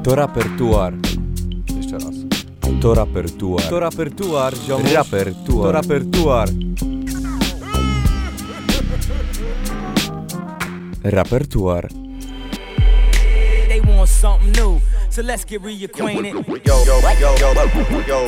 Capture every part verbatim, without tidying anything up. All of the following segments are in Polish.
To rapertuar. Jeszcze raz. To rapertuar. To rapertuar, ziomuś. Rapertuar. To rapertuar. Rapertuar. They want something new, so let's get reacquainted. Yo, yo, yo, yo, yo.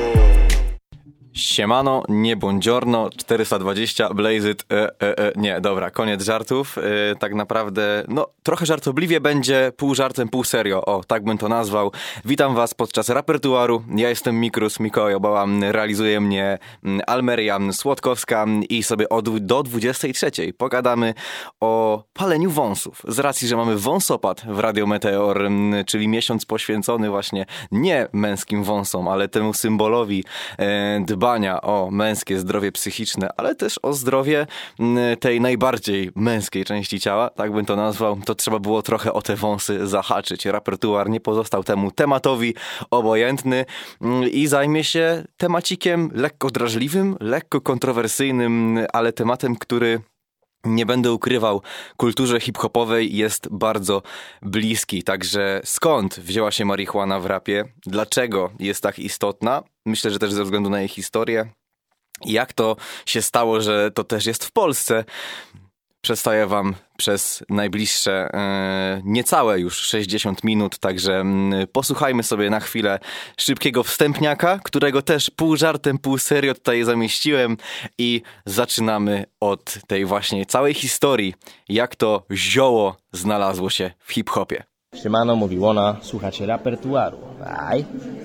Siemano, nie buongiorno, czterysta dwadzieścia, blaze it, e, e, e, nie, dobra, koniec żartów, e, tak naprawdę, no, trochę żartobliwie będzie, pół żartem, pół serio, o, tak bym to nazwał. Witam was podczas rapertuaru, ja jestem Mikrus Mikołaj Obała, realizuje mnie Almeria Słodkowska i sobie od, do dwudziestej trzeciej pogadamy o paleniu wąsów, z racji, że mamy wąsopad w Radio Meteor, czyli miesiąc poświęcony właśnie nie męskim wąsom, ale temu symbolowi e, dbania o męskie zdrowie psychiczne, ale też o zdrowie tej najbardziej męskiej części ciała, tak bym to nazwał, to trzeba było trochę o te wąsy zahaczyć. Rapertuar nie pozostał temu tematowi obojętny i zajmie się temacikiem lekko drażliwym, lekko kontrowersyjnym, ale tematem, który, nie będę ukrywał, kulturze hip-hopowej jest bardzo bliski. Także skąd wzięła się marihuana w rapie? Dlaczego jest tak istotna? Myślę, że też ze względu na jej historię. Jak to się stało, że to też jest w Polsce? Przedstawię wam przez najbliższe e, niecałe już sześćdziesiąt minut, także m, posłuchajmy sobie na chwilę szybkiego wstępniaka, którego też pół żartem, pół serio tutaj zamieściłem i zaczynamy od tej właśnie całej historii, jak to zioło znalazło się w hip-hopie. Siemano, mówi Łona, słuchacie rapertuaru. Aj.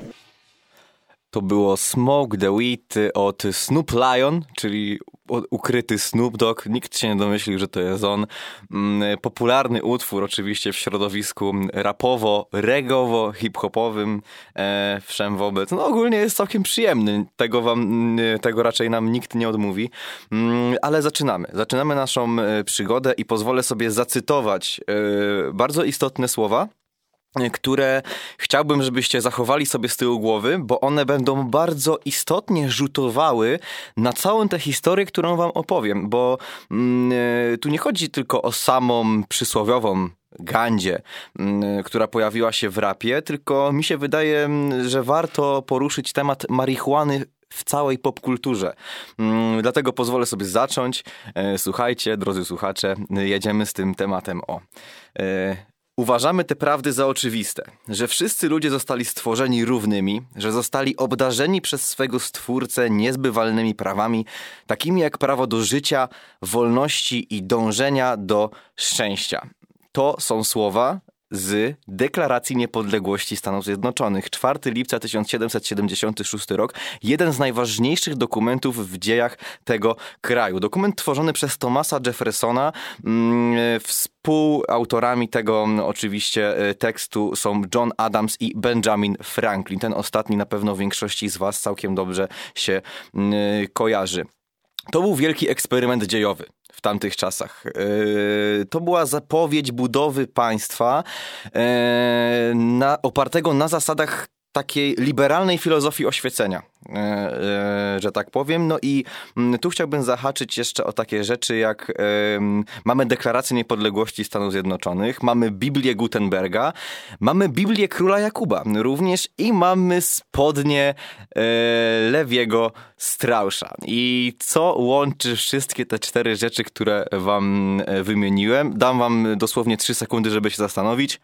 To było Smoke the Weed od Snoop Lion, czyli ukryty Snoop Dogg. Nikt się nie domyślił, że to jest on. Popularny utwór oczywiście w środowisku rapowo, regowo, hip-hopowym, e, wszem wobec. No ogólnie jest całkiem przyjemny. Tego wam, tego raczej nam nikt nie odmówi. Ale zaczynamy. Zaczynamy naszą przygodę i pozwolę sobie zacytować e, bardzo istotne słowa, które chciałbym, żebyście zachowali sobie z tyłu głowy, bo one będą bardzo istotnie rzutowały na całą tę historię, którą wam opowiem, bo mm, tu nie chodzi tylko o samą przysłowiową gandzie, mm, która pojawiła się w rapie, tylko mi się wydaje, że warto poruszyć temat marihuany w całej popkulturze. Mm, dlatego pozwolę sobie zacząć. E, słuchajcie, drodzy słuchacze, jedziemy z tym tematem. O. E, Uważamy te prawdy za oczywiste, że wszyscy ludzie zostali stworzeni równymi, że zostali obdarzeni przez swego Stwórcę niezbywalnymi prawami, takimi jak prawo do życia, wolności i dążenia do szczęścia. To są słowa z Deklaracji Niepodległości Stanów Zjednoczonych. czwartego lipca tysiąc siedemset siedemdziesiątego szóstego rok. Jeden z najważniejszych dokumentów w dziejach tego kraju. Dokument tworzony przez Thomasa Jeffersona. Mm, współautorami tego no, oczywiście tekstu są John Adams i Benjamin Franklin. Ten ostatni na pewno większości z was całkiem dobrze się mm, kojarzy. To był wielki eksperyment dziejowy w tamtych czasach. Yy, to była zapowiedź budowy państwa yy, na, opartego na zasadach takiej liberalnej filozofii oświecenia, yy, yy, że tak powiem. No i yy, tu chciałbym zahaczyć jeszcze o takie rzeczy jak yy, mamy Deklarację Niepodległości Stanów Zjednoczonych, mamy Biblię Gutenberga, mamy Biblię Króla Jakuba również i mamy spodnie yy, Lewiego Strausza. I co łączy wszystkie te cztery rzeczy, które wam wymieniłem? Dam wam dosłownie trzy sekundy, żeby się zastanowić.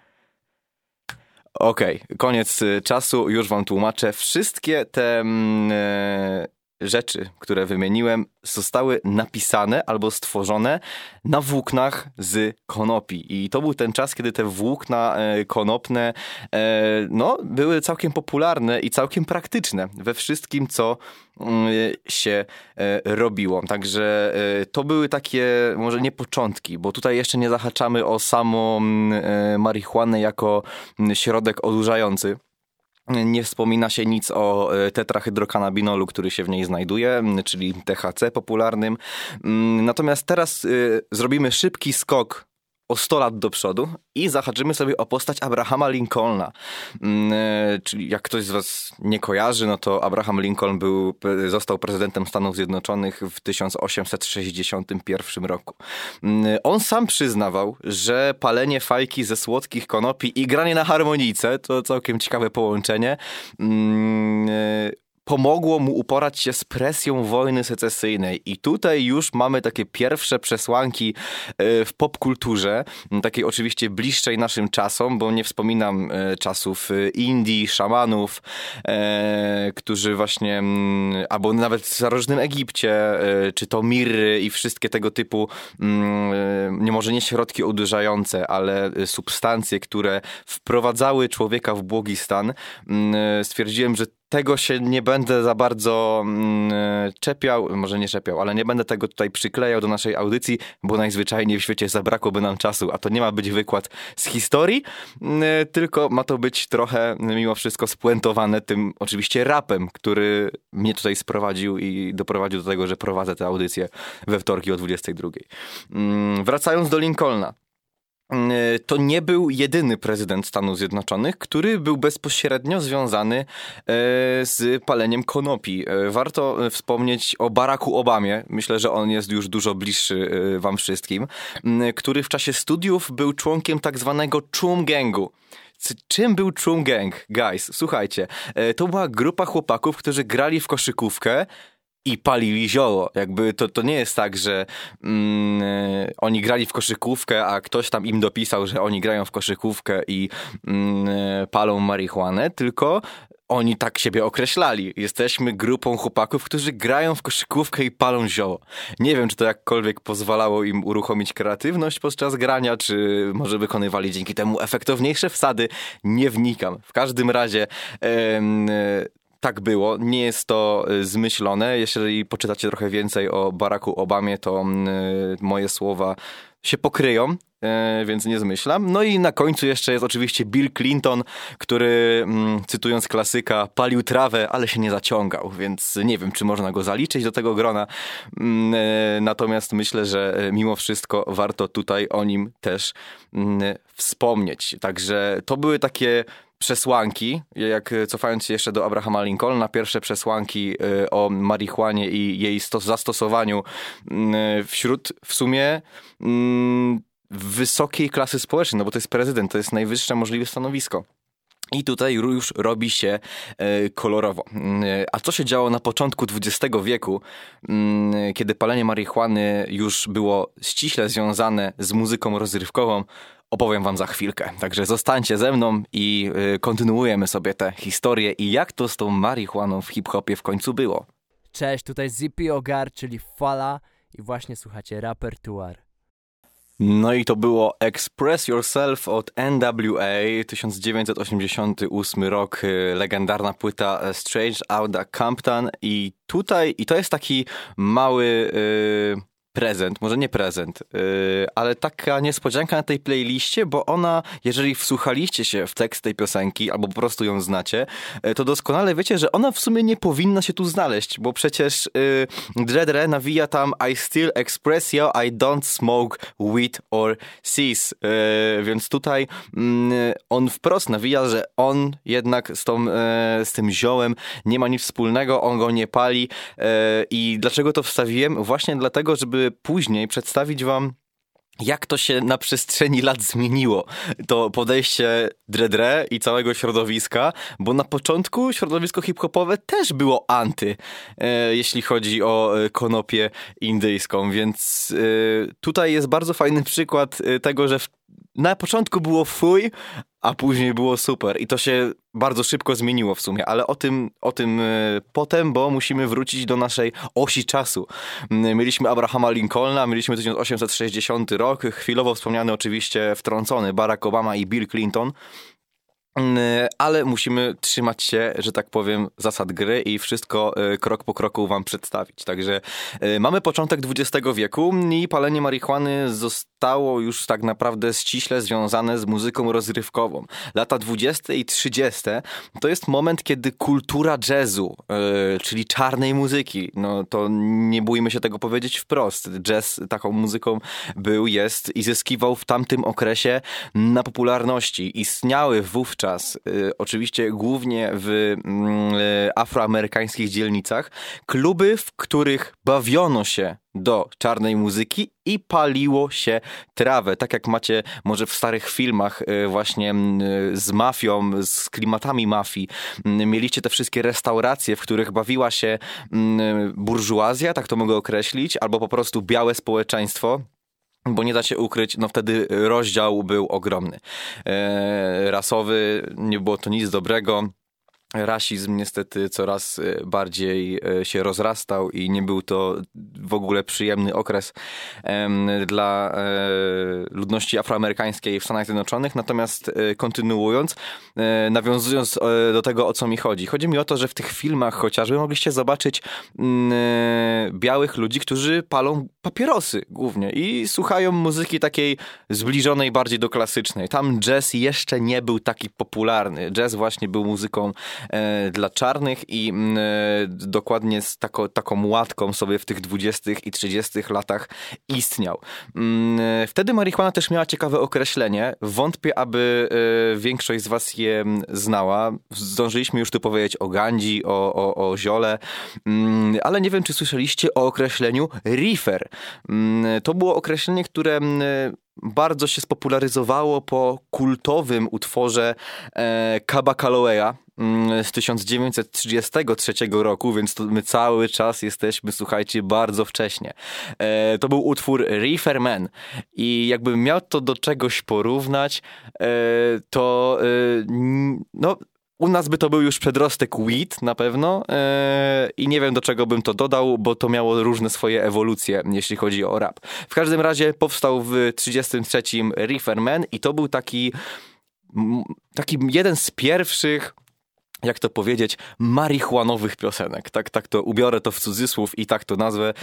Okej, okay, koniec czasu, już wam tłumaczę. Wszystkie te mm, e, rzeczy, które wymieniłem, zostały napisane albo stworzone na włóknach z konopi. I to był ten czas, kiedy te włókna e, konopne e, no, były całkiem popularne i całkiem praktyczne we wszystkim, co mm, się e, robiło. Także e, to były takie, może nie początki, bo tutaj jeszcze nie zahaczamy o samą e, marihuanę jako środek odurzający. Nie wspomina się nic o tetrahydrokanabinolu, który się w niej znajduje, czyli T H C popularnym. Natomiast teraz y, zrobimy szybki skok o sto lat do przodu i zahaczymy sobie o postać Abrahama Lincolna. Czyli jak ktoś z was nie kojarzy, no to Abraham Lincoln był, został prezydentem Stanów Zjednoczonych w tysiąc osiemset sześćdziesiątym pierwszym roku. On sam przyznawał, że palenie fajki ze słodkich konopi i granie na harmonijce, to całkiem ciekawe połączenie, pomogło mu uporać się z presją wojny secesyjnej. I tutaj już mamy takie pierwsze przesłanki w popkulturze, takiej oczywiście bliższej naszym czasom, bo nie wspominam czasów Indii, szamanów, którzy właśnie, albo nawet w starożytnym Egipcie, czy to mirry i wszystkie tego typu, nie może nie środki odurzające, ale substancje, które wprowadzały człowieka w błogi stan. Stwierdziłem, że tego się nie będę za bardzo mm, czepiał, może nie czepiał, ale nie będę tego tutaj przyklejał do naszej audycji, bo najzwyczajniej w świecie zabrakłoby nam czasu, a to nie ma być wykład z historii, y, tylko ma to być trochę mimo wszystko spuentowane tym oczywiście rapem, który mnie tutaj sprowadził i doprowadził do tego, że prowadzę tę audycję we wtorki o dwudziestej drugiej. Y, wracając do Lincolna. To nie był jedyny prezydent Stanów Zjednoczonych, który był bezpośrednio związany z paleniem konopi. Warto wspomnieć o Baracku Obamie, myślę, że on jest już dużo bliższy wam wszystkim, który w czasie studiów był członkiem tak zwanego Chum Gangu. Czym był Chum Gang? Guys, słuchajcie, to była grupa chłopaków, którzy grali w koszykówkę i palili zioło. Jakby to, to nie jest tak, że mm, oni grali w koszykówkę, a ktoś tam im dopisał, że oni grają w koszykówkę i mm, palą marihuanę, tylko oni tak siebie określali. Jesteśmy grupą chłopaków, którzy grają w koszykówkę i palą zioło. Nie wiem, czy to jakkolwiek pozwalało im uruchomić kreatywność podczas grania, czy może wykonywali dzięki temu efektowniejsze wsady. Nie wnikam. W każdym razie em, tak było, nie jest to zmyślone. Jeżeli poczytacie trochę więcej o Baracku Obamie, to y, moje słowa się pokryją, y, więc nie zmyślam. No i na końcu jeszcze jest oczywiście Bill Clinton, który, y, cytując klasyka, palił trawę, ale się nie zaciągał, więc nie wiem, czy można go zaliczyć do tego grona. Y, natomiast myślę, że mimo wszystko warto tutaj o nim też y, wspomnieć. Także to były takie przesłanki, jak cofając się jeszcze do Abrahama Lincolna, pierwsze przesłanki o marihuanie i jej stos- zastosowaniu wśród w sumie mm, wysokiej klasy społecznej, no bo to jest prezydent, to jest najwyższe możliwe stanowisko. I tutaj już robi się e, kolorowo. E, a co się działo na początku dwudziestego wieku, m, kiedy palenie marihuany już było ściśle związane z muzyką rozrywkową, opowiem wam za chwilkę. Także zostańcie ze mną i y, kontynuujemy sobie tę historię i jak to z tą marihuaną w hip-hopie w końcu było. Cześć, tutaj Zippy Ogar, czyli Fala i właśnie słuchacie Rapertuar. No i to było Express Yourself od N W A, tysiąc dziewięćset osiemdziesiąty ósmy rok, legendarna płyta Strange Outta Compton i tutaj, i to jest taki mały... Y, prezent, może nie prezent, yy, ale taka niespodzianka na tej playliście, bo ona, jeżeli wsłuchaliście się w tekst tej piosenki, albo po prostu ją znacie, yy, to doskonale wiecie, że ona w sumie nie powinna się tu znaleźć, bo przecież yy, Dre Dre nawija tam I still express yo, I don't smoke weed or cease, yy, więc tutaj yy, on wprost nawija, że on jednak z, tą, yy, z tym ziołem nie ma nic wspólnego, on go nie pali yy, i dlaczego to wstawiłem? Właśnie dlatego, żeby później przedstawić wam, jak to się na przestrzeni lat zmieniło. To podejście Dre Dre i całego środowiska, bo na początku środowisko hip-hopowe też było anty, e, jeśli chodzi o konopię indyjską, więc e, tutaj jest bardzo fajny przykład tego, że w, na początku było fuj, a później było super i to się bardzo szybko zmieniło w sumie, ale o tym, o tym potem, bo musimy wrócić do naszej osi czasu. Mieliśmy Abrahama Lincolna, mieliśmy tysiąc osiemset sześćdziesiąty rok, chwilowo wspomniany oczywiście wtrącony Barack Obama i Bill Clinton. ale musimy trzymać się, że tak powiem, zasad gry i wszystko krok po kroku wam przedstawić. Także mamy początek dwudziestego wieku i palenie marihuany zostało już tak naprawdę ściśle związane z muzyką rozrywkową. Lata dwudzieste i trzydzieste to jest moment, kiedy kultura jazzu, czyli czarnej muzyki, no to nie bójmy się tego powiedzieć wprost, jazz taką muzyką był, jest i zyskiwał w tamtym okresie na popularności. Istniały wówczas Czas. Y, oczywiście głównie w y, afroamerykańskich dzielnicach kluby, w których bawiono się do czarnej muzyki i paliło się trawę. Tak jak macie może w starych filmach y, właśnie y, z mafią, z klimatami mafii. Y, mieliście te wszystkie restauracje, w których bawiła się y, burżuazja, tak to mogę określić, albo po prostu białe społeczeństwo. Bo nie da się ukryć, no wtedy rozdział był ogromny. E, rasowy, nie było to nic dobrego. Rasizm niestety coraz bardziej się rozrastał i nie był to w ogóle przyjemny okres em, dla e, ludności afroamerykańskiej w Stanach Zjednoczonych. Natomiast e, kontynuując, e, nawiązując e, do tego, o co mi chodzi. Chodzi mi o to, że w tych filmach chociażby mogliście zobaczyć m, e, białych ludzi, którzy palą papierosy głównie i słuchają muzyki takiej zbliżonej bardziej do klasycznej. Tam jazz jeszcze nie był taki popularny. Jazz właśnie był muzyką dla czarnych i y, dokładnie z tako, taką łatką sobie w tych dwudziestych i trzydziestych latach istniał. Y, wtedy marihuana też miała ciekawe określenie. Wątpię, aby y, większość z was je znała. Zdążyliśmy już tu powiedzieć o gandzi, o, o, o ziole, y, ale nie wiem, czy słyszeliście o określeniu reefer. Y, to było określenie, które y, bardzo się spopularyzowało po kultowym utworze e, Caba Callowaya z tysiąc dziewięćset trzydziestego trzeciego roku, więc to my cały czas jesteśmy, słuchajcie, bardzo wcześnie. E, to był utwór Reefer Man i jakbym miał to do czegoś porównać, e, to e, no... U nas by to był już przedrostek weed na pewno yy, i nie wiem, do czego bym to dodał, bo to miało różne swoje ewolucje, jeśli chodzi o rap. W każdym razie powstał w trzydziestym trzecim Reefer Man i to był taki, taki jeden z pierwszych, jak to powiedzieć, marihuanowych piosenek. Tak, tak to ubiorę to w cudzysłów i tak to nazwę.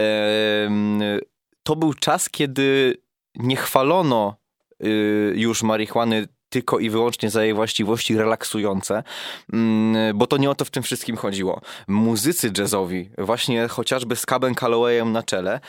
Yy, to był czas, kiedy nie chwalono yy, już marihuany tylko i wyłącznie za jej właściwości relaksujące, bo to nie o to w tym wszystkim chodziło. Muzycy jazzowi, właśnie chociażby z Cabem Callowayem na czele,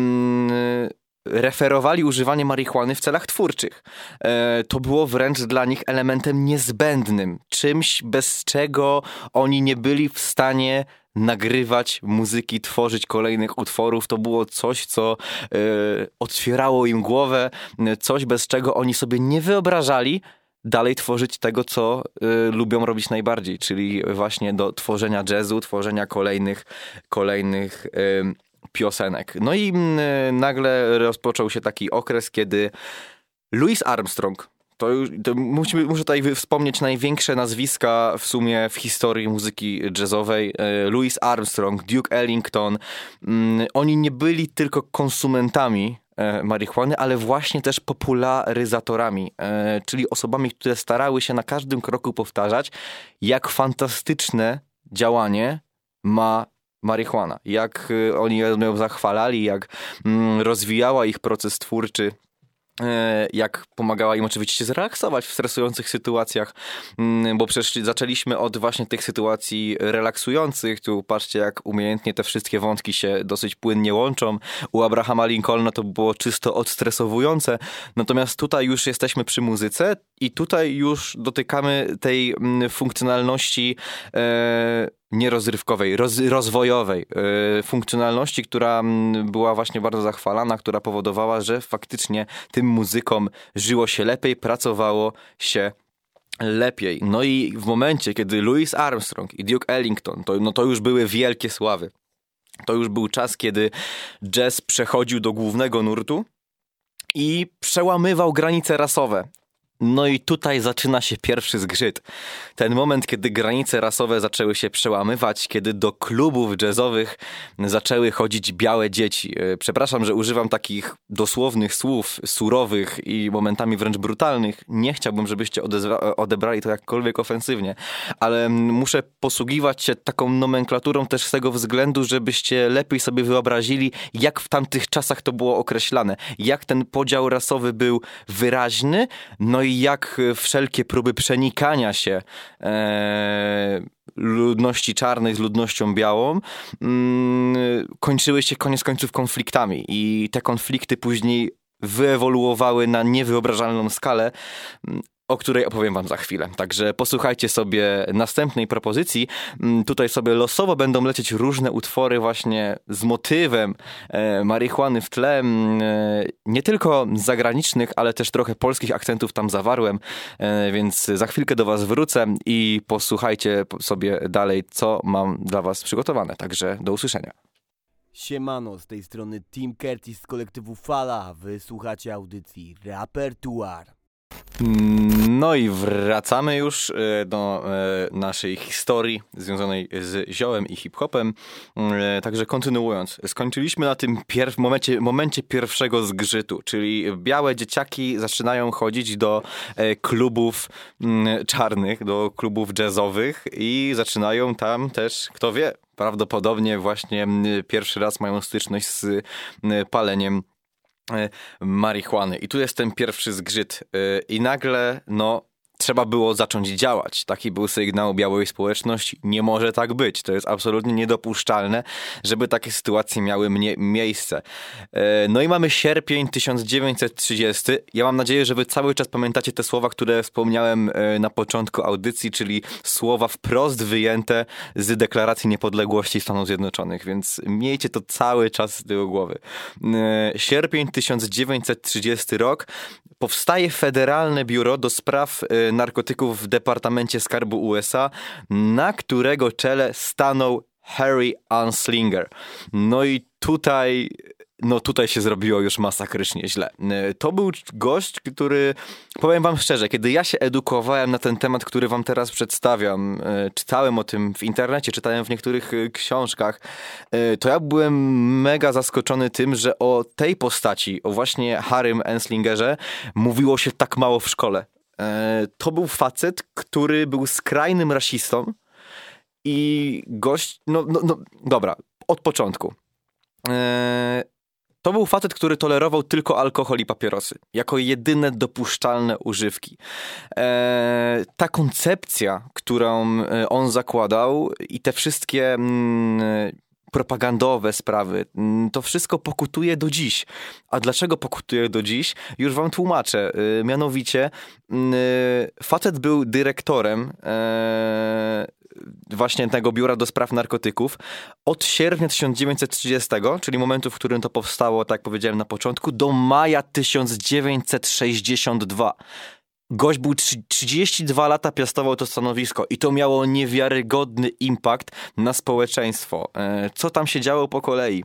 referowali używanie marihuany w celach twórczych. To było wręcz dla nich elementem niezbędnym, czymś bez czego oni nie byli w stanie nagrywać muzyki, tworzyć kolejnych utworów. To było coś, co y, otwierało im głowę, coś, bez czego oni sobie nie wyobrażali dalej tworzyć tego, co y, lubią robić najbardziej, czyli właśnie do tworzenia jazzu, tworzenia kolejnych, kolejnych y, piosenek. No i y, nagle rozpoczął się taki okres, kiedy Louis Armstrong, To, już, to musimy, muszę tutaj wspomnieć największe nazwiska w sumie w historii muzyki jazzowej. Louis Armstrong, Duke Ellington. Oni nie byli tylko konsumentami marihuany, ale właśnie też popularyzatorami, czyli osobami, które starały się na każdym kroku powtarzać, jak fantastyczne działanie ma marihuana. Jak oni ją zachwalali, jak rozwijała ich proces twórczy, jak pomagała im oczywiście się zrelaksować w stresujących sytuacjach, bo przecież zaczęliśmy od właśnie tych sytuacji relaksujących. Tu patrzcie, jak umiejętnie te wszystkie wątki się dosyć płynnie łączą. U Abrahama Lincolna to było czysto odstresowujące, natomiast tutaj już jesteśmy przy muzyce i tutaj już dotykamy tej funkcjonalności e, nierozrywkowej, roz, rozwojowej, yy, funkcjonalności, która m, była właśnie bardzo zachwalana, która powodowała, że faktycznie tym muzykom żyło się lepiej, pracowało się lepiej. No i w momencie, kiedy Louis Armstrong i Duke Ellington, to, no to już były wielkie sławy. To już był czas, kiedy jazz przechodził do głównego nurtu i przełamywał granice rasowe. No i tutaj zaczyna się pierwszy zgrzyt. Ten moment, kiedy granice rasowe zaczęły się przełamywać, kiedy do klubów jazzowych zaczęły chodzić białe dzieci. Przepraszam, że używam takich dosłownych słów, surowych i momentami wręcz brutalnych. Nie chciałbym, żebyście odezwa- odebrali to jakkolwiek ofensywnie, ale muszę posługiwać się taką nomenklaturą też z tego względu, żebyście lepiej sobie wyobrazili, jak w tamtych czasach to było określane. Jak ten podział rasowy był wyraźny, no i jak wszelkie próby przenikania się e, ludności czarnej z ludnością białą mm, kończyły się koniec końców konfliktami i te konflikty później wyewoluowały na niewyobrażalną skalę, o której opowiem wam za chwilę. Także posłuchajcie sobie następnej propozycji. Tutaj sobie losowo będą lecieć różne utwory właśnie z motywem e, marihuany w tle. E, nie tylko zagranicznych, ale też trochę polskich akcentów tam zawarłem, e, więc za chwilkę do was wrócę i posłuchajcie sobie dalej, co mam dla was przygotowane. Także do usłyszenia. Siemano, z tej strony Tim Curtis z kolektywu Fala. Wysłuchacie audycji Repertuar. No i wracamy już do naszej historii związanej z ziołem i hip-hopem. Także kontynuując, skończyliśmy na tym pier- momencie, momencie pierwszego zgrzytu, czyli białe dzieciaki zaczynają chodzić do klubów czarnych, do klubów jazzowych i zaczynają tam też, kto wie, prawdopodobnie właśnie pierwszy raz mają styczność z paleniem marihuany. I tu jest ten pierwszy zgrzyt. I nagle, no, trzeba było zacząć działać. Taki był sygnał białej społeczności. Nie może tak być. To jest absolutnie niedopuszczalne, żeby takie sytuacje miały mnie, miejsce. No i mamy sierpień tysiąc dziewięćset trzydziesty. Ja mam nadzieję, że wy cały czas pamiętacie te słowa, które wspomniałem na początku audycji, czyli słowa wprost wyjęte z Deklaracji Niepodległości Stanów Zjednoczonych, więc miejcie to cały czas z tyłu głowy. Sierpień tysiąc dziewięćset trzydziesty rok. Powstaje Federalne Biuro do Spraw Narkotyków w Departamencie Skarbu U S A, na którego czele stanął Harry Anslinger. No i tutaj... No tutaj się zrobiło już masakrycznie źle. To był gość, który, powiem wam szczerze, kiedy ja się edukowałem na ten temat, który wam teraz przedstawiam, czytałem o tym w internecie, czytałem w niektórych książkach, to ja byłem mega zaskoczony tym, że o tej postaci, o właśnie Harrym Anslingerze mówiło się tak mało w szkole. To był facet, który był skrajnym rasistą i gość, no, no, no dobra, od początku. To był facet, który tolerował tylko alkohol i papierosy, jako jedyne dopuszczalne używki. Eee, ta koncepcja, którą on zakładał i te wszystkie mm, propagandowe sprawy, to wszystko pokutuje do dziś. A dlaczego pokutuje do dziś? Już wam tłumaczę. Eee, mianowicie yy, facet był dyrektorem yy, właśnie tego biura do spraw narkotyków od sierpnia tysiąc dziewięćset trzydziestego, czyli momentu, w którym to powstało, tak jak powiedziałem na początku, do maja tysiąc dziewięćset sześćdziesiątego drugiego. Gość był trzydzieści dwa lata, piastował to stanowisko i to miało niewiarygodny impact na społeczeństwo. Co tam się działo po kolei?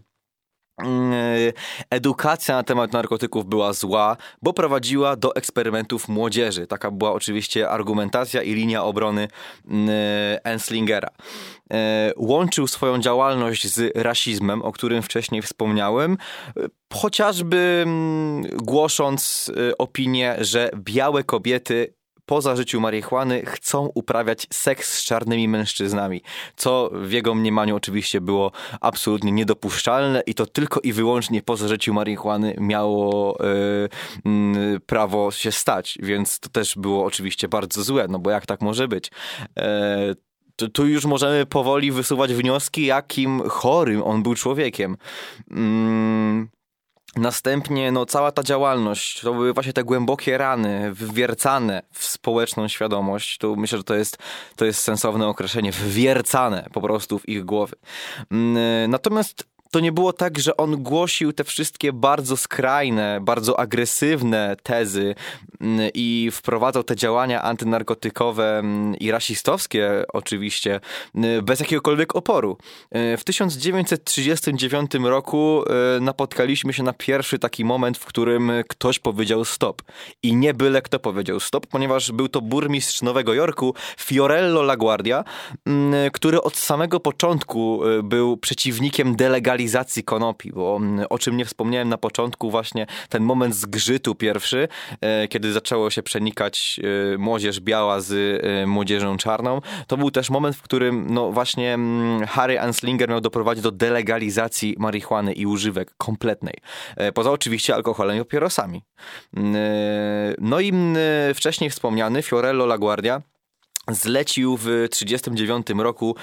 Edukacja na temat narkotyków była zła, bo prowadziła do eksperymentów młodzieży. Taka była oczywiście argumentacja i linia obrony Anslingera. Łączył swoją działalność z rasizmem, o którym wcześniej wspomniałem, chociażby głosząc opinię, że białe kobiety po zażyciu marihuany chcą uprawiać seks z czarnymi mężczyznami, co w jego mniemaniu oczywiście było absolutnie niedopuszczalne i to tylko i wyłącznie po zażyciu marihuany miało yy, prawo się stać, więc to też było oczywiście bardzo złe, no bo jak tak może być? Yy, Tu już możemy powoli wysuwać wnioski, jakim chorym on był człowiekiem. Mm. Następnie no, cała ta działalność, to były właśnie te głębokie rany, wwiercane w społeczną świadomość. Tu myślę, że to jest, to jest sensowne określenie, wwiercane po prostu w ich głowy. Natomiast to nie było tak, że on głosił te wszystkie bardzo skrajne, bardzo agresywne tezy mm, i wprowadzał te działania antynarkotykowe mm, i rasistowskie oczywiście mm, bez jakiegokolwiek oporu. Y, w tysiąc dziewięćset trzydziestym dziewiątym roku y, napotkaliśmy się na pierwszy taki moment, w którym ktoś powiedział stop. I nie byle kto powiedział stop, ponieważ był to burmistrz Nowego Jorku, Fiorello LaGuardia, mm, który od samego początku y, był przeciwnikiem delegalizacji konopi, bo mm, o czym nie wspomniałem na początku, właśnie ten moment zgrzytu pierwszy, y, kiedy zaczęło się przenikać y, młodzież biała z y, młodzieżą czarną, to był też moment, w którym no właśnie mm, Harry Anslinger miał doprowadzić do delegalizacji marihuany i używek kompletnej. Y, poza oczywiście alkoholem i papierosami. Y, no i y, wcześniej wspomniany Fiorello LaGuardia zlecił w tysiąc dziewięćset trzydziestym dziewiątym roku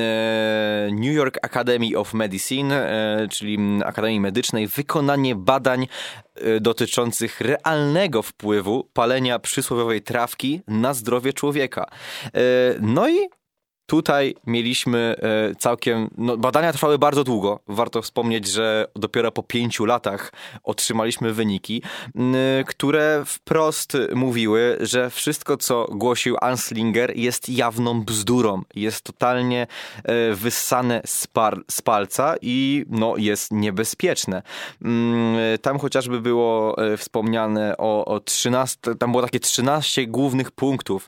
e, New York Academy of Medicine, e, czyli Akademii Medycznej, wykonanie badań e, dotyczących realnego wpływu palenia przysłowiowej trawki na zdrowie człowieka. E, no i tutaj mieliśmy e, całkiem... No, badania trwały bardzo długo. Warto wspomnieć, że dopiero po pięciu latach otrzymaliśmy wyniki, m, które wprost mówiły, że wszystko, co głosił Anslinger, jest jawną bzdurą. Jest totalnie e, wyssane z, par, z palca i no, jest niebezpieczne. M, tam chociażby było e, wspomniane o, o trzynastu... Tam było takie trzynaście głównych punktów,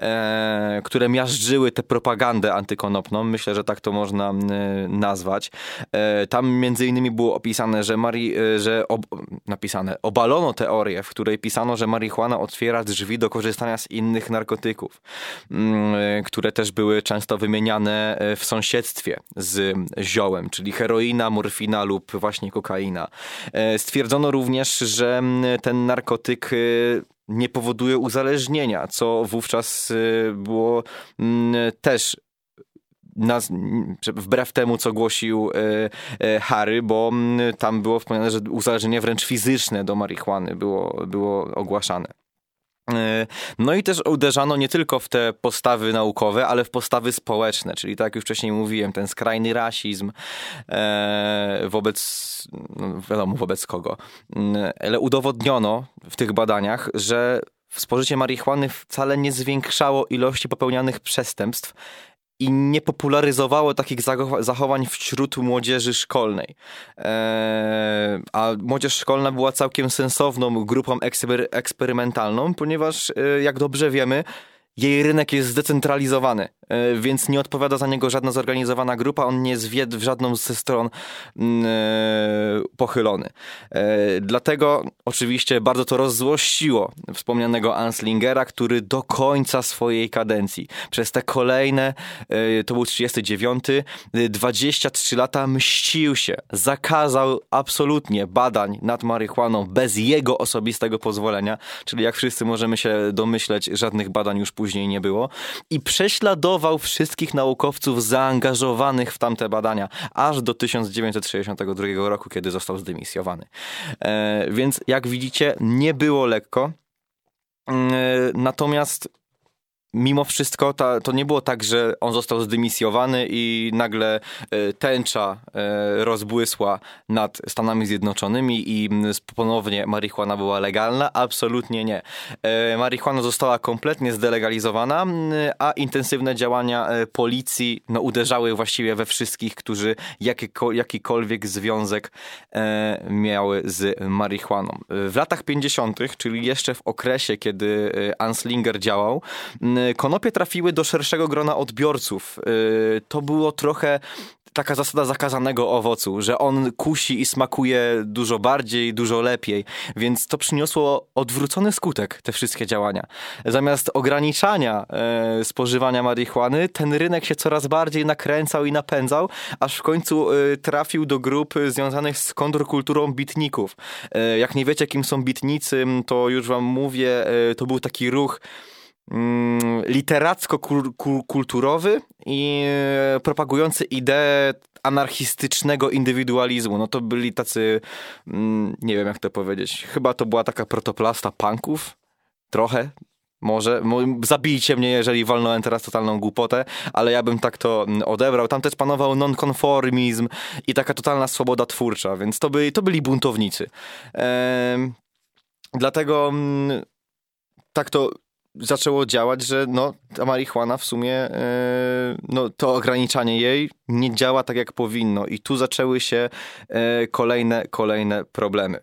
e, które miażdżyły te propagandy antykonopną. Myślę, że tak to można y, nazwać. E, tam między innymi było opisane, że, mari, y, że ob, napisane, obalono teorię, w której pisano, że marihuana otwiera drzwi do korzystania z innych narkotyków, y, które też były często wymieniane w sąsiedztwie z ziołem, czyli heroina, morfina lub właśnie kokaina. E, stwierdzono również, że ten narkotyk y, nie powoduje uzależnienia, co wówczas było też Nas, wbrew temu, co głosił e, Harry, bo tam było wspomniane, że uzależnienie wręcz fizyczne do marihuany było, było ogłaszane. No i też uderzano nie tylko w te postawy naukowe, ale w postawy społeczne, czyli tak jak już wcześniej mówiłem, ten skrajny rasizm e, wobec, no wiadomo wobec kogo, ale udowodniono w tych badaniach, że spożycie marihuany wcale nie zwiększało ilości popełnianych przestępstw i nie popularyzowało takich zachowań wśród młodzieży szkolnej. Eee, a młodzież szkolna była całkiem sensowną grupą ekspery- eksperymentalną, ponieważ, e, jak dobrze wiemy, jej rynek jest zdecentralizowany, więc nie odpowiada za niego żadna zorganizowana grupa, on nie jest w żadną ze stron pochylony. Dlatego oczywiście bardzo to rozzłościło wspomnianego Anslingera, który do końca swojej kadencji, przez te kolejne, to był trzydziesty dziewiąty, dwadzieścia trzy lata mścił się, zakazał absolutnie badań nad marihuaną bez jego osobistego pozwolenia, czyli jak wszyscy możemy się domyśleć, żadnych badań już później Później nie było i prześladował wszystkich naukowców zaangażowanych w tamte badania, aż do tysiąc dziewięćset sześćdziesiątego drugiego roku, kiedy został zdymisjowany. E, więc jak widzicie, nie było lekko. E, natomiast mimo wszystko ta, to nie było tak, że on został zdymisjowany i nagle e, tęcza e, rozbłysła nad Stanami Zjednoczonymi i ponownie marihuana była legalna. Absolutnie nie. E, marihuana została kompletnie zdelegalizowana, a intensywne działania e, policji no, uderzały właściwie we wszystkich, którzy jakieko, jakikolwiek związek e, miały z marihuaną. W latach pięćdziesiątych, czyli jeszcze w okresie, kiedy Anslinger działał, konopie trafiły do szerszego grona odbiorców. To było trochę taka zasada zakazanego owocu, że on kusi i smakuje dużo bardziej, dużo lepiej, więc to przyniosło odwrócony skutek, te wszystkie działania. Zamiast ograniczania e, spożywania marihuany, ten rynek się coraz bardziej nakręcał i napędzał, aż w końcu e, trafił do grup związanych z kontrkulturą bitników. E, jak nie wiecie, kim są bitnicy, to już wam mówię, e, to był taki ruch literacko-kulturowy i propagujący ideę anarchistycznego indywidualizmu. No to byli tacy, nie wiem jak to powiedzieć, chyba to była taka protoplasta punków, trochę, Może, zabijcie mnie, jeżeli walnąłem teraz totalną głupotę, ale ja bym tak to odebrał. Tam też panował nonkonformizm i taka totalna swoboda twórcza, więc to, by, to byli buntownicy. Ehm, dlatego m, tak to zaczęło działać, że no, ta marihuana w sumie, e, no, to ograniczanie jej nie działa tak, jak powinno. I tu zaczęły się e, kolejne, kolejne problemy.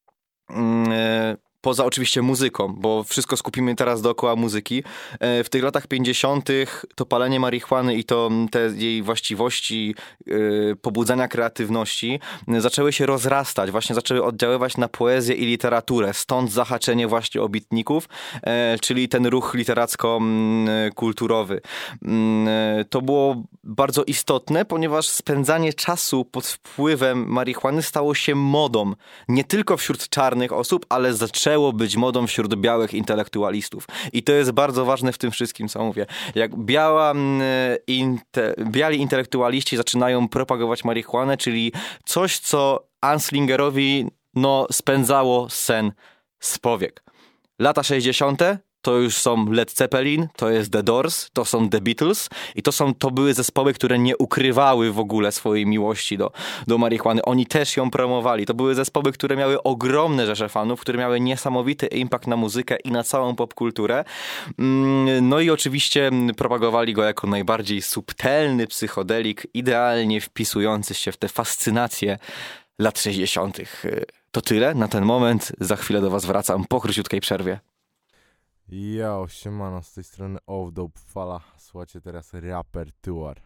E, Poza oczywiście muzyką, bo wszystko skupimy teraz dookoła muzyki. W tych latach pięćdziesiątych to palenie marihuany i to te jej właściwości yy, pobudzania kreatywności zaczęły się rozrastać, właśnie zaczęły oddziaływać na poezję i literaturę. Stąd zahaczenie właśnie o beatników, yy, czyli ten ruch literacko-kulturowy. Yy, to było bardzo istotne, ponieważ spędzanie czasu pod wpływem marihuany stało się modą. Nie tylko wśród czarnych osób, ale zaczęło być modą wśród białych intelektualistów. I to jest bardzo ważne w tym wszystkim, co mówię. Jak biała, inte, biali intelektualiści zaczynają propagować marihuanę, czyli coś, co Anslingerowi no, spędzało sen z powiek. Lata sześćdziesiąte to już są Led Zeppelin, to jest The Doors, to są The Beatles i to są, to były zespoły, które nie ukrywały w ogóle swojej miłości do, do marihuany. Oni też ją promowali. To były zespoły, które miały ogromne rzesze fanów, które miały niesamowity impact na muzykę i na całą popkulturę. No i oczywiście propagowali go jako najbardziej subtelny psychodelik, idealnie wpisujący się w te fascynacje lat sześćdziesiątych. To tyle na ten moment. Za chwilę do was wracam po króciutkiej przerwie. Yo, siemano, z tej strony Off-Dope Fala, słuchajcie teraz Repertuar.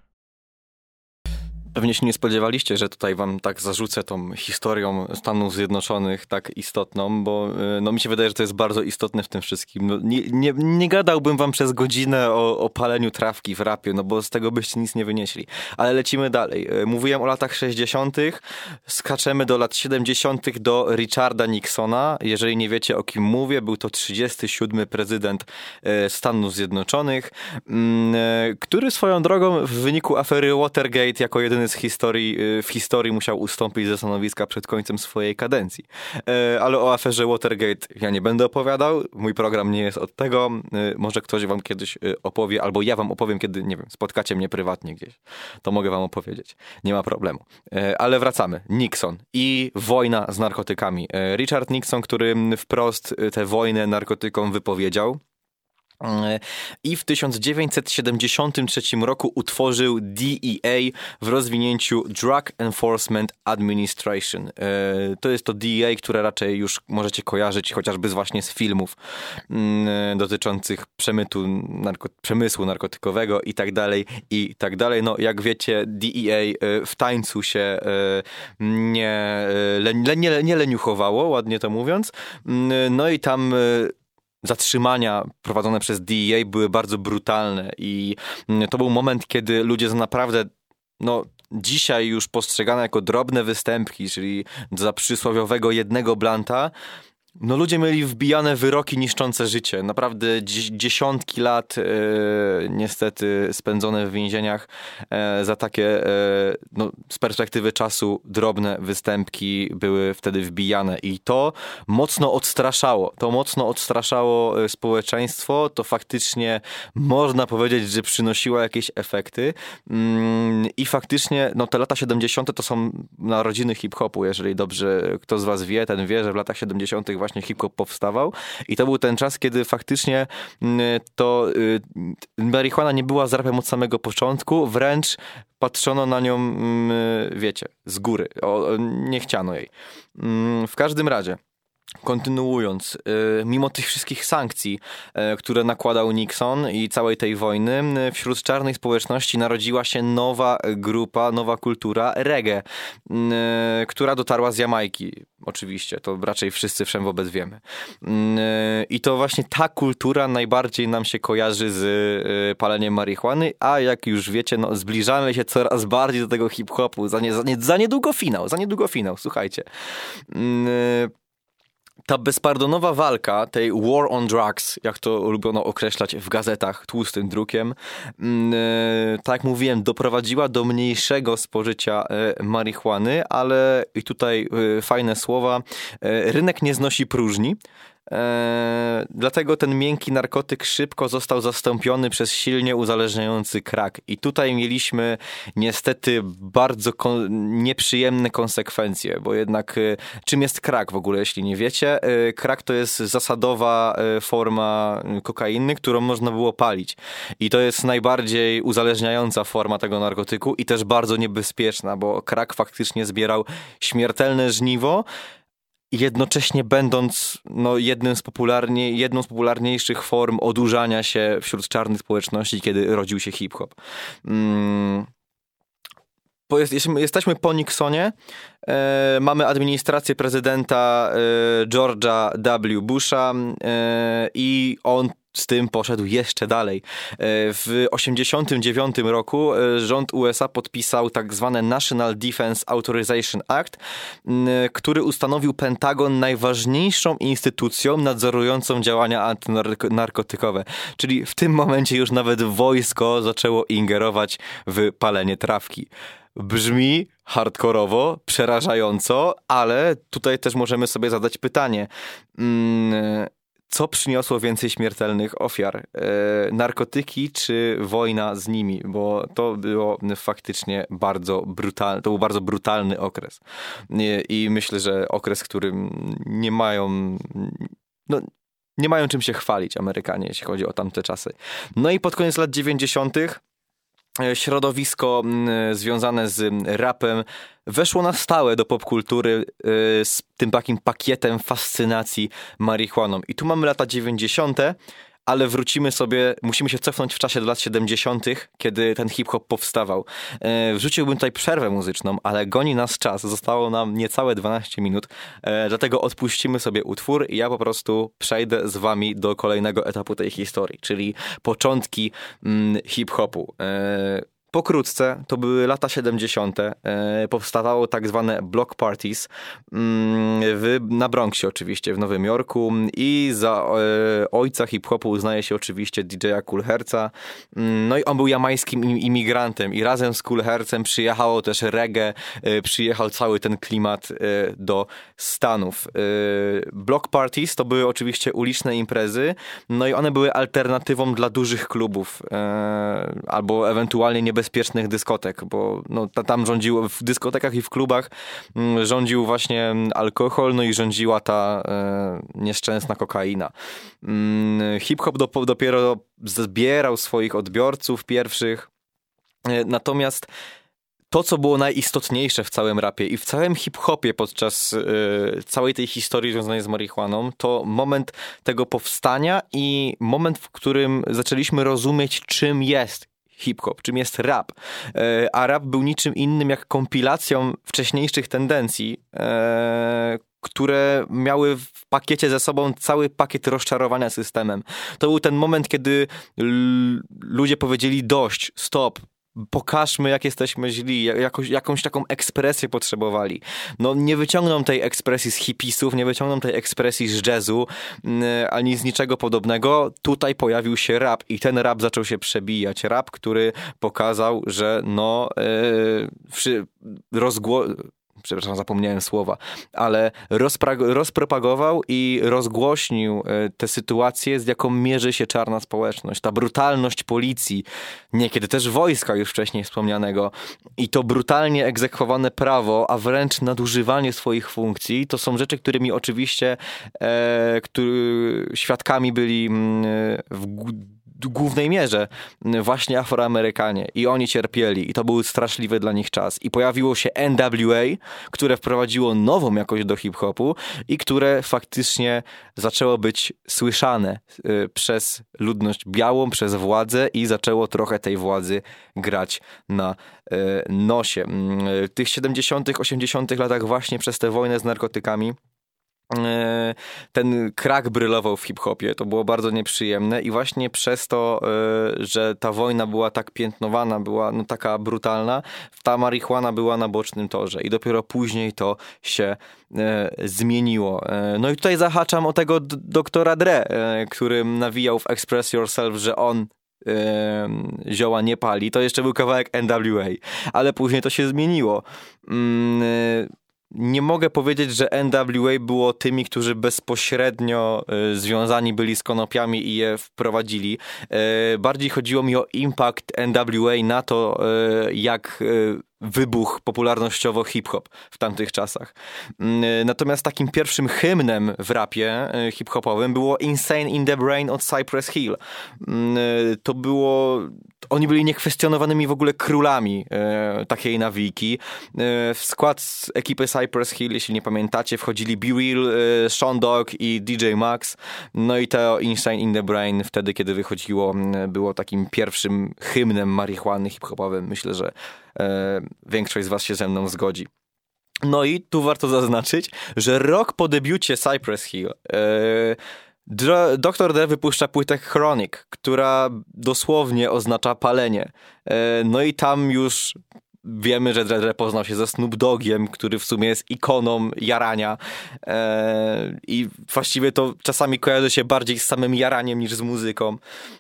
Pewnie się nie spodziewaliście, że tutaj wam tak zarzucę tą historią Stanów Zjednoczonych tak istotną, bo no, mi się wydaje, że to jest bardzo istotne w tym wszystkim. No, nie, nie, nie gadałbym wam przez godzinę o, o paleniu trawki w rapie, no bo z tego byście nic nie wynieśli. Ale lecimy dalej. Mówiłem o latach sześćdziesiątych, skaczemy do lat siedemdziesiątych do Richarda Nixona. Jeżeli nie wiecie, o kim mówię, był to trzydziesty siódmy prezydent Stanów Zjednoczonych, który swoją drogą w wyniku afery Watergate jako jedyny z historii, w historii musiał ustąpić ze stanowiska przed końcem swojej kadencji. Ale o aferze Watergate ja nie będę opowiadał. Mój program nie jest od tego. Może ktoś wam kiedyś opowie, albo ja wam opowiem, kiedy, nie wiem, spotkacie mnie prywatnie gdzieś. To mogę wam opowiedzieć. Nie ma problemu. Ale wracamy. Nixon i wojna z narkotykami. Richard Nixon, który wprost tę wojnę narkotykom wypowiedział. I w tysiąc dziewięćset siedemdziesiątym trzecim roku utworzył D E A w rozwinięciu Drug Enforcement Administration. To jest to D E A, które raczej już możecie kojarzyć chociażby właśnie z filmów dotyczących przemytu, narko- przemysłu narkotykowego i tak dalej, i tak dalej. No jak wiecie, D E A w tańcu się nie, nie, nie leniuchowało, ładnie to mówiąc. No i tam zatrzymania prowadzone przez D E A były bardzo brutalne i to był moment, kiedy ludzie za naprawdę, no dzisiaj już postrzegane jako drobne występki, czyli za przysłowiowego jednego blanta, no ludzie mieli wbijane wyroki niszczące życie. Naprawdę dziesiątki lat e, niestety spędzone w więzieniach e, za takie e, no, z perspektywy czasu drobne występki były wtedy wbijane i to mocno odstraszało. To mocno odstraszało społeczeństwo. To faktycznie można powiedzieć, że przynosiło jakieś efekty mm, i faktycznie no, te lata siedemdziesiąte to są narodziny hip-hopu. Jeżeli dobrze kto z was wie, ten wie, że w latach siedemdziesiątych właśnie hip-hop powstawał i to był ten czas, kiedy faktycznie to y, marihuana nie była z rapem od samego początku, wręcz patrzono na nią, y, wiecie, z góry. O, nie chciano jej. Y, w każdym razie, kontynuując, mimo tych wszystkich sankcji, które nakładał Nixon i całej tej wojny, wśród czarnej społeczności narodziła się nowa grupa, nowa kultura reggae, która dotarła z Jamajki. Oczywiście, to raczej wszyscy wszem wobec wiemy. I to właśnie ta kultura najbardziej nam się kojarzy z paleniem marihuany, a jak już wiecie, no, zbliżamy się coraz bardziej do tego hip-hopu. Za, nie, za, nie, za niedługo finał, za niedługo finał, słuchajcie. Ta bezpardonowa walka, tej war on drugs, jak to ulubiono określać w gazetach tłustym drukiem, tak jak mówiłem, doprowadziła do mniejszego spożycia marihuany, ale i tutaj fajne słowa, rynek nie znosi próżni. dlatego ten miękki narkotyk szybko został zastąpiony przez silnie uzależniający crack. I tutaj mieliśmy niestety bardzo kon- nieprzyjemne konsekwencje, bo jednak e, czym jest crack w ogóle, jeśli nie wiecie? E, crack to jest zasadowa e, forma kokainy, którą można było palić. I to jest najbardziej uzależniająca forma tego narkotyku i też bardzo niebezpieczna, bo crack faktycznie zbierał śmiertelne żniwo, jednocześnie będąc no, jednym z popularnie, jedną z popularniejszych form odurzania się wśród czarnych społeczności, kiedy rodził się hip-hop. Mm. Po jest, jesteśmy po Nixonie, e, mamy administrację prezydenta e, George'a W. Busha e, i on z tym poszedł jeszcze dalej. W osiemdziesiątym dziewiątym roku rząd U S A podpisał tak zwane National Defense Authorization Act, który ustanowił Pentagon najważniejszą instytucją nadzorującą działania antynarkotykowe. Czyli w tym momencie już nawet wojsko zaczęło ingerować w palenie trawki. Brzmi hardkorowo, przerażająco, ale tutaj też możemy sobie zadać pytanie. Hmm, Co przyniosło więcej śmiertelnych ofiar? E, narkotyki czy wojna z nimi? Bo to było faktycznie bardzo brutalny, to był bardzo brutalny okres. I, i myślę, że okres, w którym nie mają, no, nie mają czym się chwalić Amerykanie, jeśli chodzi o tamte czasy. No i pod koniec lat dziewięćdziesiątych środowisko związane z rapem weszło na stałe do popkultury z tym takim pakietem fascynacji marihuaną. I tu mamy lata dziewięćdziesiąte, ale wrócimy sobie, musimy się cofnąć w czasie do lat siedemdziesiątych, kiedy ten hip-hop powstawał. Wrzuciłbym tutaj przerwę muzyczną, ale goni nas czas. Zostało nam niecałe dwanaście minut, dlatego odpuścimy sobie utwór i ja po prostu przejdę z wami do kolejnego etapu tej historii, czyli początki mm, hip-hopu. Pokrótce, to były lata siedemdziesiąte. E, powstawało tak zwane block parties mm, w, na Bronxie oczywiście, w Nowym Jorku i za e, ojca hip-hopu uznaje się oczywiście D J a Kool Herca. Mm, no i on był jamańskim imigrantem i razem z Kool Hercem przyjechało też reggae, e, przyjechał cały ten klimat e, do Stanów. E, block parties to były oczywiście uliczne imprezy, no i one były alternatywą dla dużych klubów e, albo ewentualnie niebezpiecznych bezpiecznych dyskotek, bo no, tam rządziło, w dyskotekach i w klubach mm, rządził właśnie alkohol, no i rządziła ta e, nieszczęsna kokaina. Mm, hip-hop do, dopiero zbierał swoich odbiorców pierwszych, e, natomiast to, co było najistotniejsze w całym rapie i w całym hip-hopie podczas y, całej tej historii związanej z marihuaną, to moment tego powstania i moment, w którym zaczęliśmy rozumieć, czym jest hip-hop, czym jest rap. E, a rap był niczym innym jak kompilacją wcześniejszych tendencji, e, które miały w pakiecie ze sobą cały pakiet rozczarowania systemem. To był ten moment, kiedy l- ludzie powiedzieli dość, stop, pokażmy, jak jesteśmy źli, jakoś, jakąś taką ekspresję potrzebowali. No nie wyciągną tej ekspresji z hipisów, nie wyciągną tej ekspresji z jazzu, ani z niczego podobnego. Tutaj pojawił się rap i ten rap zaczął się przebijać. Rap, który pokazał, że no yy, rozgło... przepraszam, zapomniałem słowa, ale rozpra- rozpropagował i rozgłośnił tę sytuację, z jaką mierzy się czarna społeczność. Ta brutalność policji, niekiedy też wojska już wcześniej wspomnianego i to brutalnie egzekwowane prawo, a wręcz nadużywanie swoich funkcji, to są rzeczy, którymi oczywiście e, który, świadkami byli w w głównej mierze właśnie Afroamerykanie i oni cierpieli i to był straszliwy dla nich czas i pojawiło się N W A, które wprowadziło nową jakość do hip-hopu i które faktycznie zaczęło być słyszane y, przez ludność białą, przez władzę i zaczęło trochę tej władzy grać na y, nosie. W tych siedemdziesiątych, osiemdziesiątych latach właśnie przez tę wojnę z narkotykami ten crack brylował w hip-hopie, to było bardzo nieprzyjemne i właśnie przez to, że ta wojna była tak piętnowana, była no taka brutalna, ta marihuana była na bocznym torze i dopiero później to się zmieniło. No i tutaj zahaczam o tego d- doktora Dre, który nawijał w Express Yourself, że on Yy, zioła nie pali, to jeszcze był kawałek N W A, ale później to się zmieniło. Yy, nie mogę powiedzieć, że N W A było tymi, którzy bezpośrednio y, związani byli z konopiami i je wprowadzili. Y, bardziej chodziło mi o impact N W A na to, y, jak y, wybuch popularnościowo hip-hop w tamtych czasach. Natomiast takim pierwszym hymnem w rapie hip-hopowym było Insane in the Brain od Cypress Hill. To było... Oni byli niekwestionowanymi w ogóle królami e, takiej nawijki. E, w skład ekipy Cypress Hill, jeśli nie pamiętacie, wchodzili Be Real, e, Sean Dogg i D J Max. No i to Insane in the Brain wtedy, kiedy wychodziło, było takim pierwszym hymnem marihuany hip-hopowym. Myślę, że e, większość z was się ze mną zgodzi. No i tu warto zaznaczyć, że rok po debiucie Cypress Hill e, doktor Dre wypuszcza płytę Chronic, która dosłownie oznacza palenie. No i tam już wiemy, że Dre poznał się ze Snoop Doggiem, który w sumie jest ikoną jarania. I właściwie to czasami kojarzy się bardziej z samym jaraniem niż z muzyką.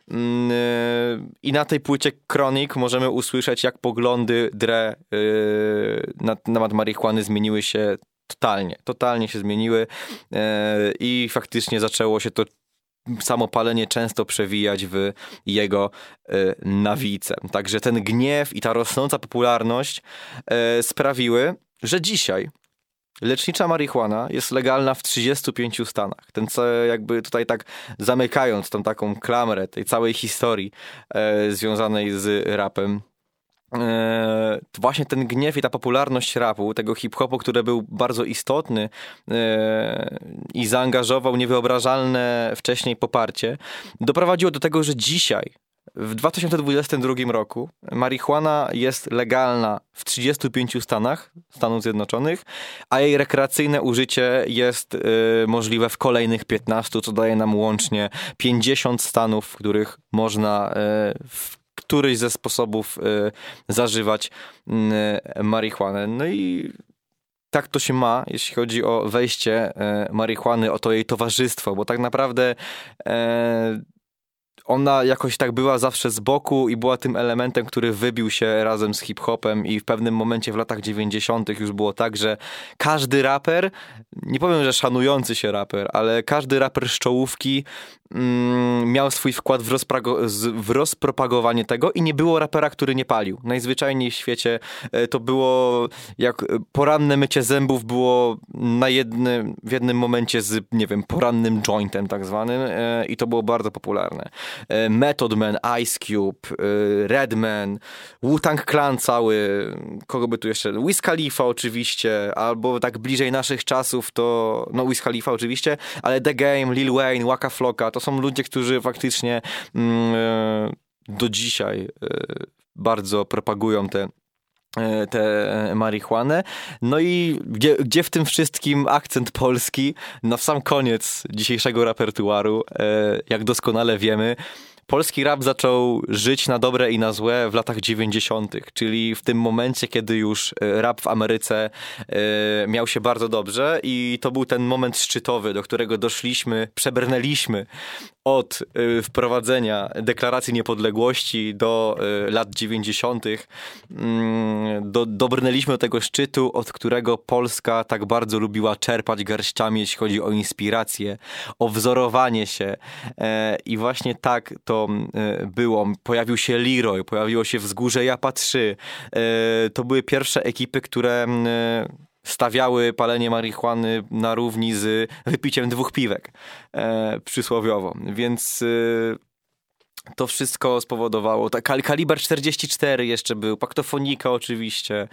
I na tej płycie Chronic możemy usłyszeć, jak poglądy Dre na temat marihuany zmieniły się Totalnie, totalnie się zmieniły e, i faktycznie zaczęło się to samo palenie często przewijać w jego e, nawijce. Także ten gniew i ta rosnąca popularność e, sprawiły, że dzisiaj lecznicza marihuana jest legalna w trzydziestu pięciu stanach. Ten co jakby tutaj tak zamykając tą taką klamrę tej całej historii e, związanej z rapem. Eee, właśnie ten gniew i ta popularność rapu, tego hip-hopu, który był bardzo istotny eee, i zaangażował niewyobrażalne wcześniej poparcie, doprowadziło do tego, że dzisiaj, w dwa tysiące dwudziestym drugim roku, marihuana jest legalna w trzydziestu pięciu stanach Stanów Zjednoczonych, a jej rekreacyjne użycie jest e, możliwe w kolejnych piętnastu, co daje nam łącznie pięćdziesiąt stanów, w których można e, w któryś ze sposobów y, zażywać y, marihuanę. No i tak to się ma, jeśli chodzi o wejście y, marihuany, o to jej towarzystwo, bo tak naprawdę y, ona jakoś tak była zawsze z boku i była tym elementem, który wybił się razem z hip-hopem i w pewnym momencie w latach dziewięćdziesiątych już było tak, że każdy raper, nie powiem, że szanujący się raper, ale każdy raper z czołówki mm, miał swój wkład w, rozprago- w rozpropagowanie tego i nie było rapera, który nie palił. Najzwyczajniej w świecie to było jak poranne mycie zębów było na jednym, w jednym momencie z, nie wiem, porannym jointem tak zwanym e, i to było bardzo popularne. Method Man, Ice Cube, Redman, Wu-Tang Clan cały, kogo by tu jeszcze, Wiz Khalifa oczywiście, albo tak bliżej naszych czasów to, no Wiz Khalifa oczywiście, ale The Game, Lil Wayne, Waka Flocka, to są ludzie, którzy faktycznie mm, do dzisiaj bardzo propagują te tę marihuanę. No i gdzie, gdzie w tym wszystkim akcent polski? Na sam koniec dzisiejszego repertuaru, jak doskonale wiemy, polski rap zaczął żyć na dobre i na złe w latach dziewięćdziesiątych, czyli w tym momencie, kiedy już rap w Ameryce e, miał się bardzo dobrze i to był ten moment szczytowy, do którego doszliśmy, przebrnęliśmy od e, wprowadzenia deklaracji niepodległości do e, lat dziewięćdziesiątych. Mm, do, dobrnęliśmy do tego szczytu, od którego Polska tak bardzo lubiła czerpać garściami, jeśli chodzi o inspirację, o wzorowanie się e, i właśnie tak to było. Pojawił się Leroy, pojawiło się Wzgórze Japa trzy. To były pierwsze ekipy, które stawiały palenie marihuany na równi z wypiciem dwóch piwek przysłowiowo. Więc to wszystko spowodowało. Kal- Kaliber czterdzieści cztery jeszcze był, Paktofonika oczywiście,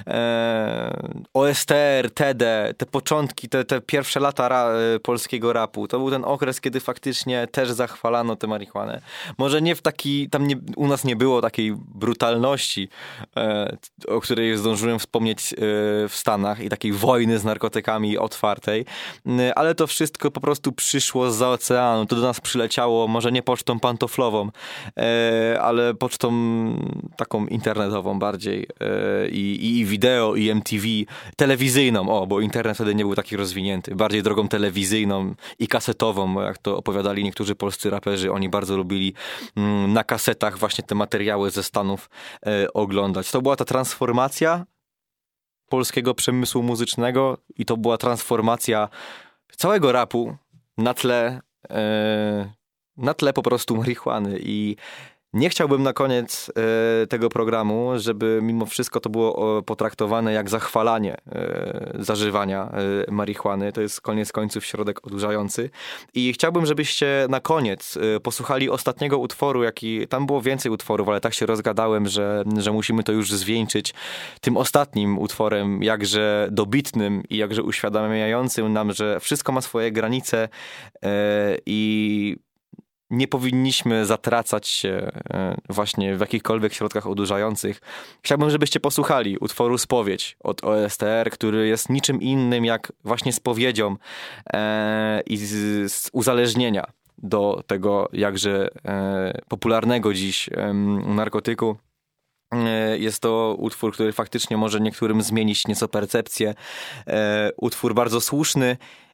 e, O S T R, T D, te początki, te, te pierwsze lata ra- polskiego rapu. To był ten okres, kiedy faktycznie też zachwalano tę marihuanę. Może nie w taki, tam nie, u nas nie było takiej brutalności, e, o której zdążyłem wspomnieć e, w Stanach i takiej wojny z narkotykami otwartej, e, ale to wszystko po prostu przyszło zza oceanu. To do nas przyleciało, może nie pocztą pantoflową, ale pocztą taką internetową bardziej i, i wideo, i M T V, telewizyjną, o, bo internet wtedy nie był taki rozwinięty, bardziej drogą telewizyjną i kasetową, jak to opowiadali niektórzy polscy raperzy, oni bardzo lubili na kasetach właśnie te materiały ze Stanów oglądać. To była ta transformacja polskiego przemysłu muzycznego i to była transformacja całego rapu na tle, e, na tle po prostu marihuany. I nie chciałbym na koniec e, tego programu, żeby mimo wszystko to było o, potraktowane jak zachwalanie e, zażywania e, marihuany. To jest koniec końców środek odurzający. I chciałbym, żebyście na koniec e, posłuchali ostatniego utworu, jaki... Tam było więcej utworów, ale tak się rozgadałem, że, że musimy to już zwieńczyć tym ostatnim utworem, jakże dobitnym i jakże uświadamiającym nam, że wszystko ma swoje granice e, i nie powinniśmy zatracać się właśnie w jakichkolwiek środkach odurzających. Chciałbym, żebyście posłuchali utworu Spowiedź od O S T R, który jest niczym innym jak właśnie spowiedzią e, i z, z uzależnienia do tego jakże e, popularnego dziś e, narkotyku. Jest to utwór, który faktycznie może niektórym zmienić nieco percepcję. E, utwór bardzo słuszny.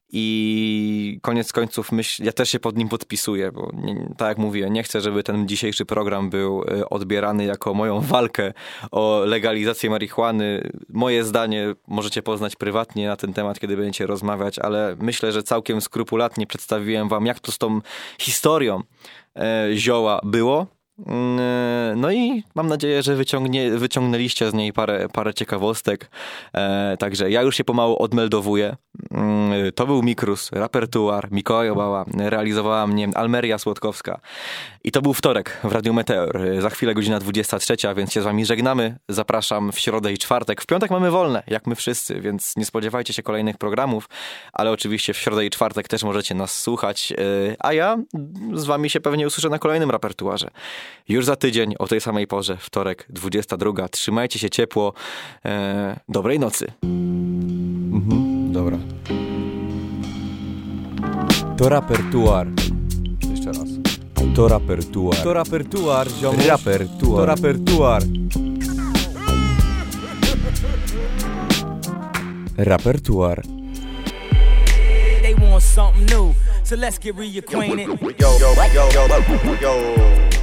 I koniec końców myśl, ja też się pod nim podpisuję, bo nie, tak jak mówię, nie chcę, żeby ten dzisiejszy program był odbierany jako moją walkę o legalizację marihuany. Moje zdanie możecie poznać prywatnie na ten temat, kiedy będziecie rozmawiać, ale myślę, że całkiem skrupulatnie przedstawiłem wam, jak to z tą historią e, zioła było. No i mam nadzieję, że wyciągnie, wyciągnęliście z niej parę, parę ciekawostek. E, także ja już się pomału odmeldowuję. E, to był Mikrus, Rapertuar, Mikołaj Obała, realizowała mnie Almeria Słodkowska. I to był wtorek w Radiu Meteor. Za chwilę godzina dwudziesta trzecia, więc się z wami żegnamy. Zapraszam w środę i czwartek. W piątek mamy wolne, jak my wszyscy, więc nie spodziewajcie się kolejnych programów, ale oczywiście w środę i czwartek też możecie nas słuchać. E, a ja z wami się pewnie usłyszę na kolejnym Rapertuarze. Już za tydzień o tej samej porze, wtorek, dwudziesta druga. Trzymajcie się ciepło. E, dobrej nocy. Mhm, dobra. To Rapertuar. Jeszcze raz. To Rapertuar. To Rapertuar, ziomuś. Rapertuar. To Rapertuar. Rapertuar. They want something new, so let's get reacquainted. Yo, yo, yo, yo, yo.